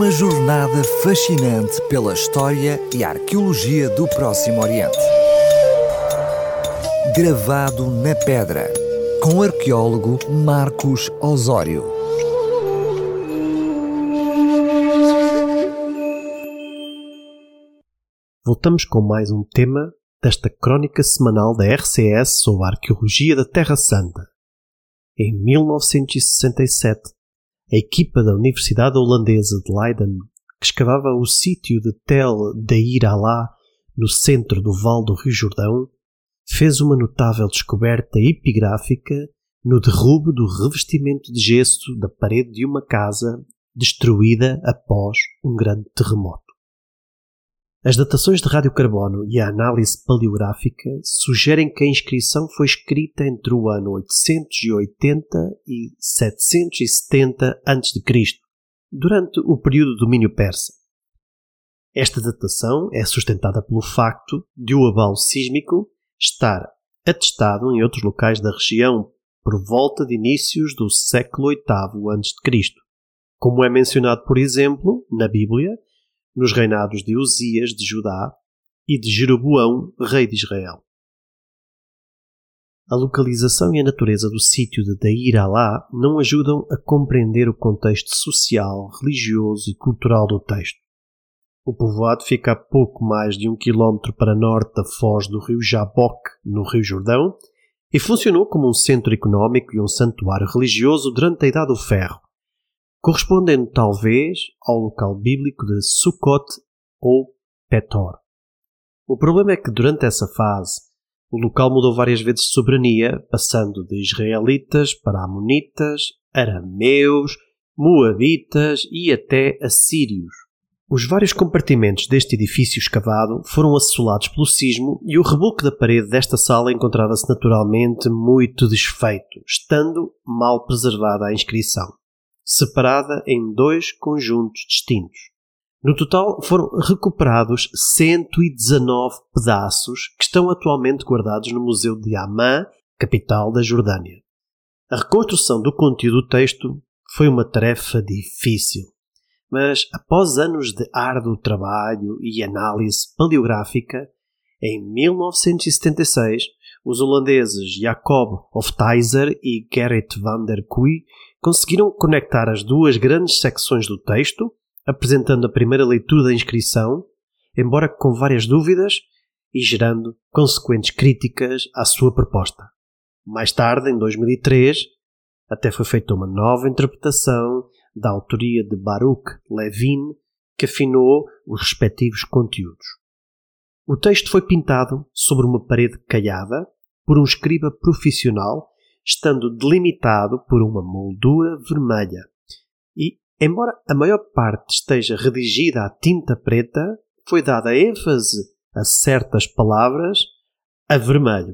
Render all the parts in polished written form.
Uma jornada fascinante pela história e arqueologia do Próximo Oriente. Gravado na pedra, com o arqueólogo Marcos Osório. Voltamos com mais um tema desta crónica semanal da RCS sobre a arqueologia da Terra Santa. Em 1967, a equipa da Universidade Holandesa de Leiden, que escavava o sítio de Tel Deir Alá, no centro do Vale do Rio Jordão, fez uma notável descoberta epigráfica no derrube do revestimento de gesso da parede de uma casa destruída após um grande terremoto. As datações de radiocarbono e a análise paleográfica sugerem que a inscrição foi escrita entre o ano 880 e 770 a.C., durante o período do domínio persa. Esta datação é sustentada pelo facto de o abalo sísmico estar atestado em outros locais da região por volta de inícios do século VIII a.C., como é mencionado, por exemplo, na Bíblia, nos reinados de Uzias de Judá e de Jeroboão, rei de Israel. A localização e a natureza do sítio de Deir Alá não ajudam a compreender o contexto social, religioso e cultural do texto. O povoado fica a pouco mais de 1 quilómetro para norte da foz do rio Jaboque, no Rio Jordão, e funcionou como um centro económico e um santuário religioso durante a Idade do Ferro, correspondendo talvez ao local bíblico de Sucot ou Petor. O problema é que durante essa fase o local mudou várias vezes de soberania, passando de israelitas para amonitas, arameus, moabitas e até assírios. Os vários compartimentos deste edifício escavado foram assolados pelo sismo e o reboco da parede desta sala encontrava-se naturalmente muito desfeito, estando mal preservada a inscrição, separada em 2 conjuntos distintos. No total foram recuperados 119 pedaços que estão atualmente guardados no Museu de Amman, capital da Jordânia. A reconstrução do conteúdo do texto foi uma tarefa difícil, mas após anos de árduo trabalho e análise paleográfica, em 1976, os holandeses Jacob Hofstadter e Gerrit van der Kuy conseguiram conectar as duas grandes secções do texto, apresentando a primeira leitura da inscrição, embora com várias dúvidas, e gerando consequentes críticas à sua proposta. Mais tarde, em 2003, até foi feita uma nova interpretação da autoria de Baruch Levin, que afinou os respectivos conteúdos. O texto foi pintado sobre uma parede caiada por um escriba profissional, estando delimitado por uma moldura vermelha. E, embora a maior parte esteja redigida à tinta preta, foi dada ênfase a certas palavras a vermelho.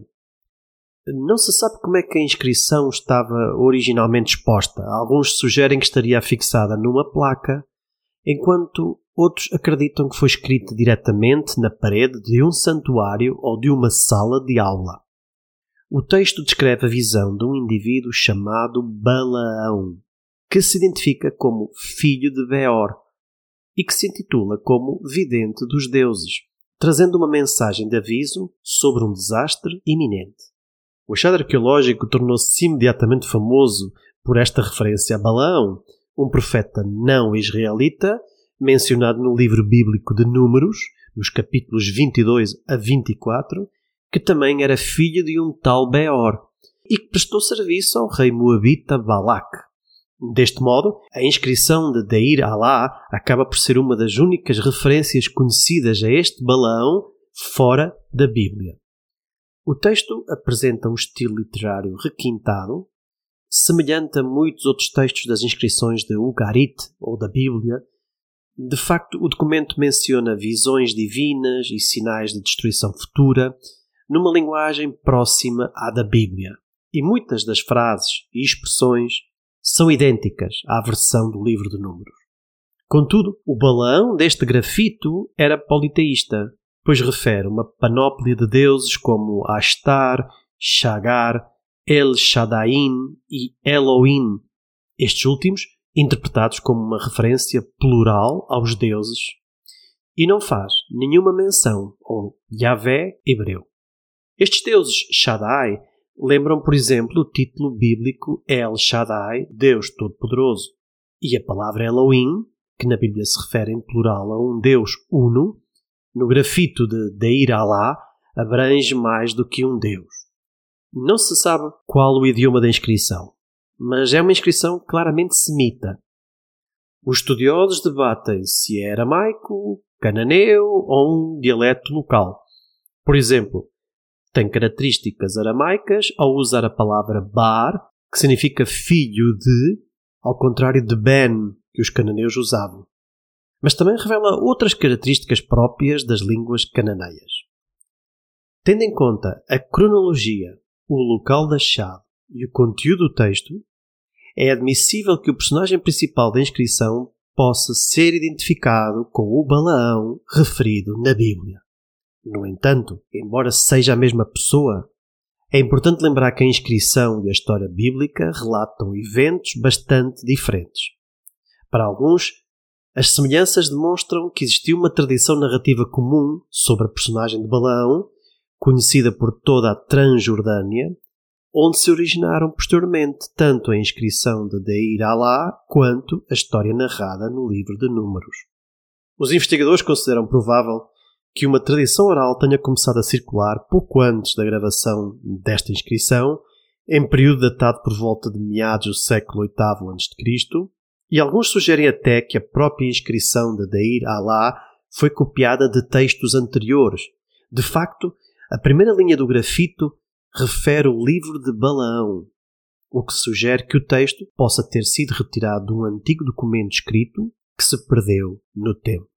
Não se sabe como é que a inscrição estava originalmente exposta. Alguns sugerem que estaria afixada numa placa, enquanto outros acreditam que foi escrita diretamente na parede de um santuário ou de uma sala de aula. O texto descreve a visão de um indivíduo chamado Balaão, que se identifica como filho de Beor e que se intitula como vidente dos deuses, trazendo uma mensagem de aviso sobre um desastre iminente. O achado arqueológico tornou-se imediatamente famoso por esta referência a Balaão, um profeta não israelita, mencionado no livro bíblico de Números, nos capítulos 22 a 24, que também era filho de um tal Beor, e que prestou serviço ao rei moabita Balac. Deste modo, a inscrição de Deir Alá acaba por ser uma das únicas referências conhecidas a este Balaão fora da Bíblia. O texto apresenta um estilo literário requintado, semelhante a muitos outros textos das inscrições de Ugarit ou da Bíblia. De facto, o documento menciona visões divinas e sinais de destruição futura, numa linguagem próxima à da Bíblia, e muitas das frases e expressões são idênticas à versão do livro de Números. Contudo, o Balaão deste grafito era politeísta, pois refere uma panóplia de deuses como Ashtar, Shagar, El Shaddai e Elohim, estes últimos interpretados como uma referência plural aos deuses, e não faz nenhuma menção ao Yahvé hebreu. Estes deuses Shaddai lembram, por exemplo, o título bíblico El Shaddai, Deus Todo-Poderoso, e a palavra Elohim, que na Bíblia se refere em plural a um Deus uno, no grafito de Deir Allah, abrange mais do que um Deus. Não se sabe qual o idioma da inscrição, mas é uma inscrição claramente semita. Os estudiosos debatem se é aramaico, cananeu ou um dialeto local. Por exemplo, tem características aramaicas ao usar a palavra bar, que significa filho de, ao contrário de ben, que os cananeus usavam. Mas também revela outras características próprias das línguas cananeias. Tendo em conta a cronologia, o local da chave e o conteúdo do texto, é admissível que o personagem principal da inscrição possa ser identificado com o Balaão referido na Bíblia. No entanto, embora seja a mesma pessoa, é importante lembrar que a inscrição e a história bíblica relatam eventos bastante diferentes. Para alguns, as semelhanças demonstram que existiu uma tradição narrativa comum sobre a personagem de Balaão, conhecida por toda a Transjordânia, onde se originaram posteriormente tanto a inscrição de Deir Allah quanto a história narrada no livro de Números. Os investigadores consideram provável que uma tradição oral tenha começado a circular pouco antes da gravação desta inscrição, em período datado por volta de meados do século VIII a.C., e alguns sugerem até que a própria inscrição de Deir Allah foi copiada de textos anteriores. De facto, a primeira linha do grafito refere o livro de Balaão, o que sugere que o texto possa ter sido retirado de um antigo documento escrito que se perdeu no tempo.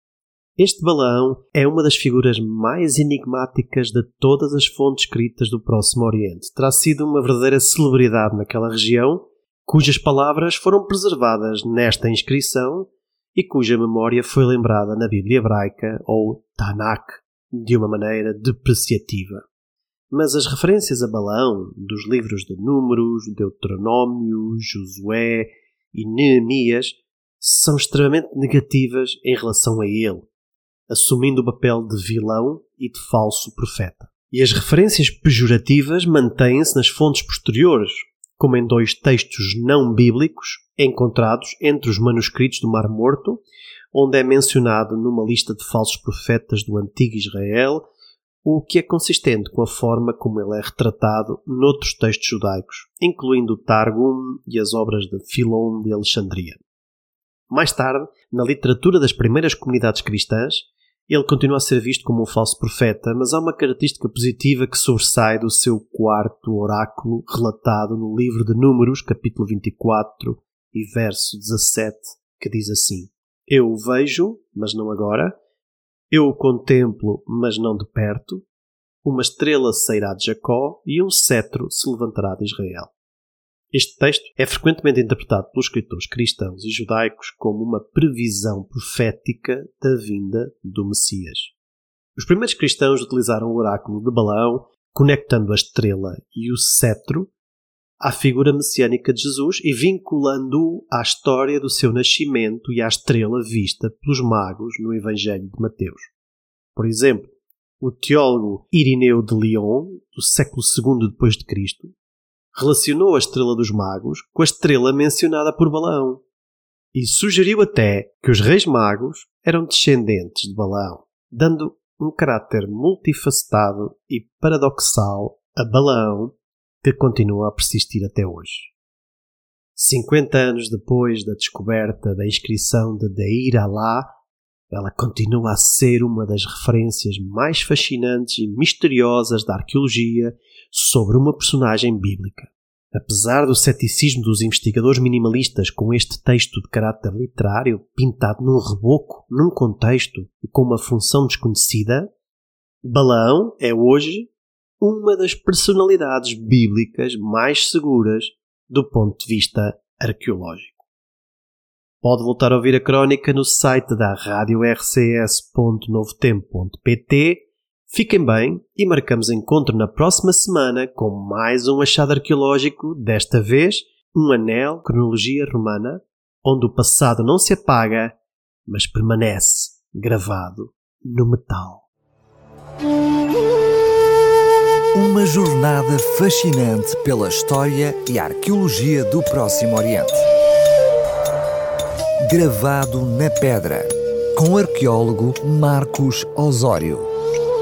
Este Balaão é uma das figuras mais enigmáticas de todas as fontes escritas do Próximo Oriente. Terá sido uma verdadeira celebridade naquela região, cujas palavras foram preservadas nesta inscrição e cuja memória foi lembrada na Bíblia hebraica ou Tanakh de uma maneira depreciativa. Mas as referências a Balaão dos livros de Números, Deuteronômio, Josué e Neemias são extremamente negativas em relação a ele, assumindo o papel de vilão e de falso profeta. E as referências pejorativas mantêm-se nas fontes posteriores, como em dois textos não bíblicos encontrados entre os manuscritos do Mar Morto, onde é mencionado numa lista de falsos profetas do antigo Israel, o que é consistente com a forma como ele é retratado noutros textos judaicos, incluindo o Targum e as obras de Filon de Alexandria. Mais tarde, na literatura das primeiras comunidades cristãs, ele continua a ser visto como um falso profeta, mas há uma característica positiva que sobressai do seu quarto oráculo relatado no livro de Números, capítulo 24 e verso 17, que diz assim: Eu o vejo, mas não agora. Eu o contemplo, mas não de perto. Uma estrela sairá de Jacó e um cetro se levantará de Israel. Este texto é frequentemente interpretado pelos escritores cristãos e judaicos como uma previsão profética da vinda do Messias. Os primeiros cristãos utilizaram o oráculo de Balaão, conectando a estrela e o cetro à figura messiânica de Jesus e vinculando-o à história do seu nascimento e à estrela vista pelos magos no Evangelho de Mateus. Por exemplo, o teólogo Irineu de Lyon, do século II d.C., relacionou a estrela dos magos com a estrela mencionada por Balaão e sugeriu até que os reis magos eram descendentes de Balaão, dando um caráter multifacetado e paradoxal a Balaão, que continua a persistir até hoje. 50 anos depois da descoberta da inscrição de Deir Allah, ela continua a ser uma das referências mais fascinantes e misteriosas da arqueologia sobre uma personagem bíblica. Apesar do ceticismo dos investigadores minimalistas com este texto de caráter literário, pintado num reboco, num contexto e com uma função desconhecida, Balaão é hoje uma das personalidades bíblicas mais seguras do ponto de vista arqueológico. Pode voltar a ouvir a crónica no site da radiorcs.novotempo.pt. Fiquem bem e marcamos encontro na próxima semana com mais um achado arqueológico, desta vez um anel cronologia romana onde o passado não se apaga, mas permanece gravado no metal. Uma jornada fascinante pela história e arqueologia do Próximo Oriente. Gravado na pedra, com o arqueólogo Marcos Osório.